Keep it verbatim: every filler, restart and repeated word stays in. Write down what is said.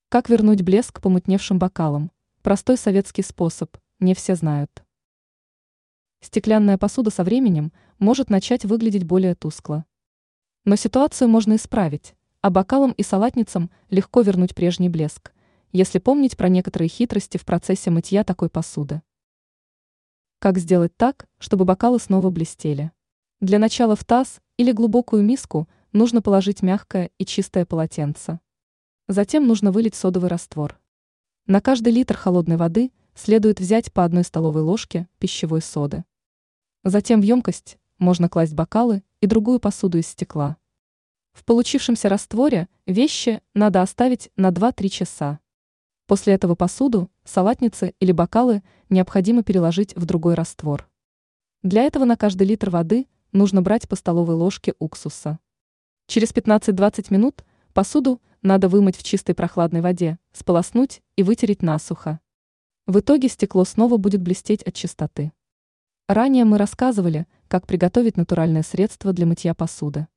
Как вернуть блеск помутневшим бокалам? Простой советский способ, не все знают. Стеклянная посуда со временем может начать выглядеть более тускло. Но ситуацию можно исправить, а бокалам и салатницам легко вернуть прежний блеск, если помнить про некоторые хитрости в процессе мытья такой посуды. Как сделать так, чтобы бокалы снова блестели? Для начала в таз или глубокую миску нужно положить мягкое и чистое полотенце. Затем нужно вылить содовый раствор. На каждый литр холодной воды следует взять по одной столовой ложке пищевой соды. Затем в емкость можно класть бокалы и другую посуду из стекла. В получившемся растворе вещи надо оставить на два-три часа. После этого посуду, салатницы или бокалы необходимо переложить в другой раствор. Для этого на каждый литр воды нужно брать по столовой ложке уксуса. Через пятнадцать-двадцать минут посуду надо вымыть в чистой прохладной воде, сполоснуть и вытереть насухо. В итоге стекло снова будет блестеть от чистоты. Ранее мы рассказывали, как приготовить натуральное средство для мытья посуды.